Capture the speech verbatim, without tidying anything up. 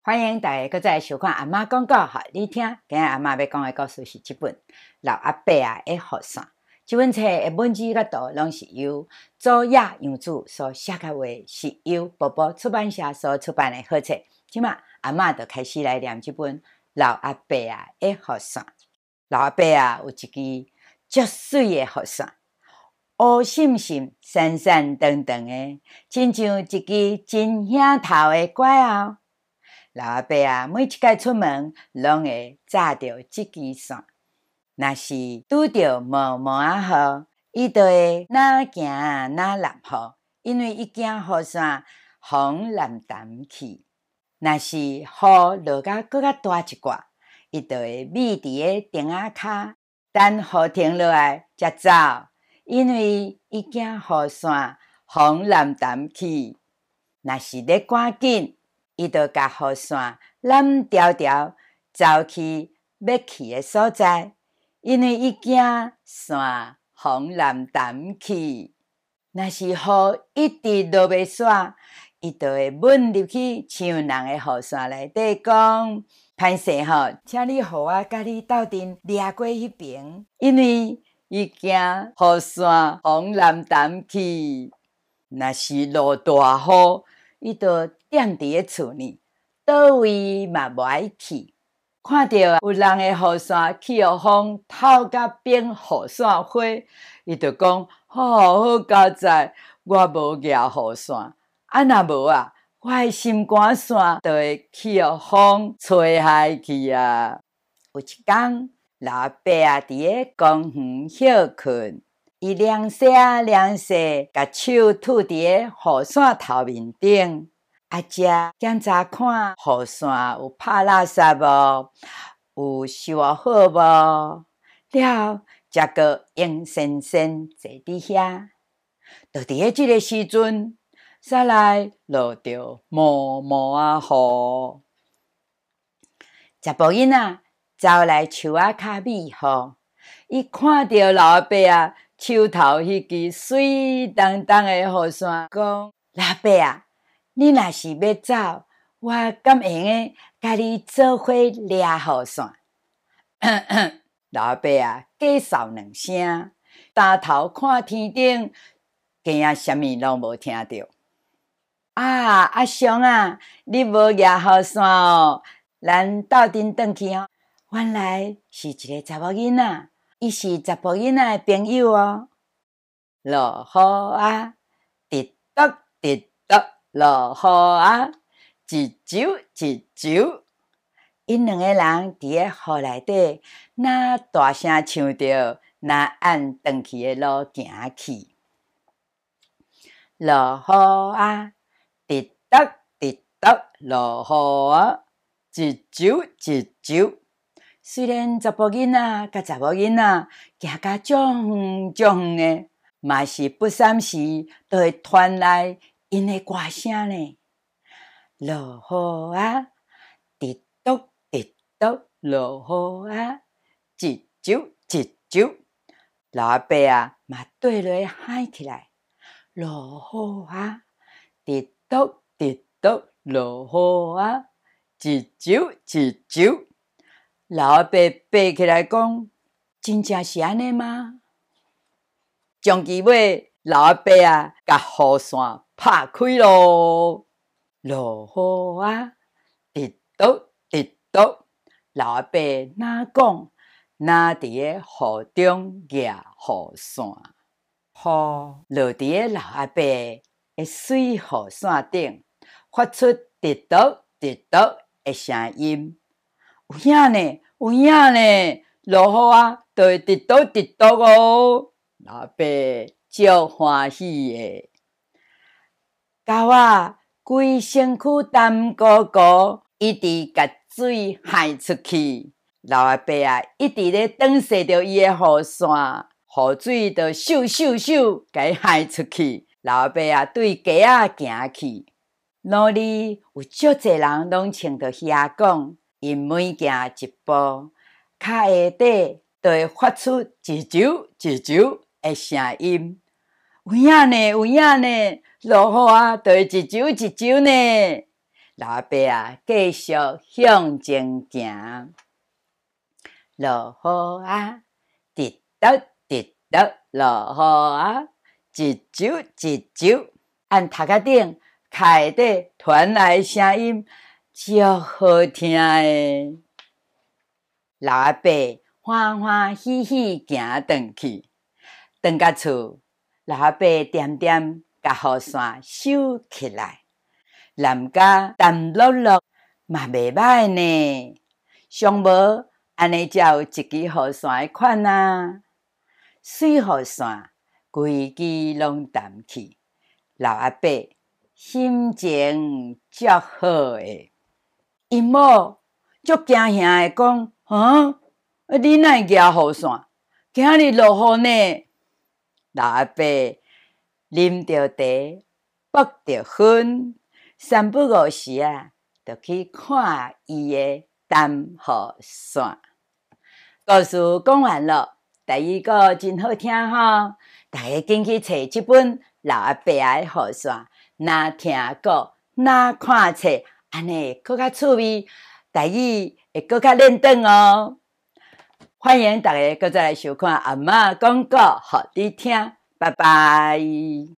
欢迎大家搁再收看阿嬷讲故给你听。今日阿嬷要讲的故事是这本《老阿伯啊的雨伞》。这本册的文字甲图拢是由左野洋子所写的话，是由宝宝出版社所出版的好册。即马阿嬷就开始来念这本《老阿伯啊的雨伞》。老阿伯啊有一支足水的雨伞，乌闪闪、闪闪长长的，亲像一支真响头的拐哦。老阿伯啊，每一摆出门，拢会揸着这支伞。若是拄着毛毛啊雨，伊就会哪行哪淋雨，因为伊惊雨伞风淋淡去。若是雨落甲搁较大一寡，伊就会倚伫个顶仔骹，等雨停落来才走，因为伊惊雨伞风淋淡去。若是咧赶紧，伊就甲雨伞揽条条走去要去的所在，因为伊惊伞风淋淡去。若是雨一直落袂煞，伊就会吻入去抢人的雨伞内底，讲歹势吼，请你互我甲你斗阵掠过迄边，因为伊惊雨伞风淋淡去。若是落大雨，伊就踮伫个厝呢，倒位嘛无爱去。看到有人的雨伞去互风透甲变雨伞花，伊就讲：好好佳哉，我无举雨伞，啊若无啊，我的心肝伞就会去互风吹下去啊。有一天，老阿伯啊，伫个公园休困。伊凉细啊凉细，甲手吐伫个雨伞头面顶，啊只检查看雨伞有拍垃圾无，有收好无，了才阁用先先坐伫遐。就伫个即个时阵，煞来落着毛毛啊雨。查甫囡仔走来树仔骹咪雨，伊看到老阿伯啊。手头迄支水当当的雨伞，讲：老伯啊，你若是要走，我敢会用甲你做伙掠雨伞？老伯啊，假嗽两声，抬头看天顶，竟啊啥物拢无听到。啊，阿雄啊，你无掠雨伞哦？咱斗阵转去哦。原来是一个查某囡仔。伊是查甫囡仔的朋友哦。落雨啊，滴答滴答落雨啊，一周一周。因两个人伫个雨内底，若大声唱着，若按转去的路行去。落雨啊，滴答滴答落雨啊，一周一周。虽然查甫囡仔甲查某囡仔行甲足远足远的，嘛是不闪时都会传来因的歌声呢。落雨啊，滴答滴答落雨啊，一周一周。老阿伯啊，嘛对落喊起来：落雨啊，滴答滴答落雨啊，一周一周。老阿伯爬起来讲：真正是安尼吗？将其尾，老阿伯啊，甲雨伞拍开咯。落雨啊，滴答滴答。老阿伯哪讲，哪伫个雨中举雨伞，雨落伫个老阿伯的水雨伞顶，发出滴答滴答的声音。有影呢，有影呢，落雨啊，就会滴答滴答哦。老阿伯足欢喜的，狗仔规身躯湿糊糊，一直甲水喊出去。老阿伯啊，一直咧挡射着伊的雨伞，雨水就咻咻咻，甲伊喊出去。老阿伯啊，对街仔行去，路里有足侪人拢穿着遐讲。因每行一步，脚下底就会发出一周一周的声音。有影呢，有影呢，落雨啊，就会一周一周呢。 老阿伯啊，继续向前行。落雨啊，滴答滴答落雨啊，一周一周，按头壳顶开底传来声音，足好听诶。老阿伯欢欢喜喜行转去，转到厝，老阿伯点点甲雨伞收起来，南家淡落落嘛袂歹呢，上无安尼才有一支雨伞诶款啊。水雨伞规支拢淡去，老阿伯心情足好诶。因某足惊吓诶讲，啊，你哪会举雨伞？今日落雨呢？老阿伯啉着茶，剥着薰，三不五时啊，就去看伊诶淡雨伞。故事讲完了，第二个真好听吼，大家紧去找这本老阿伯诶雨伞，若听过，若看册，安尼更较趣味，台语会更较练转哦。欢迎大家搁再来收看阿嬷讲故，互你听，拜拜。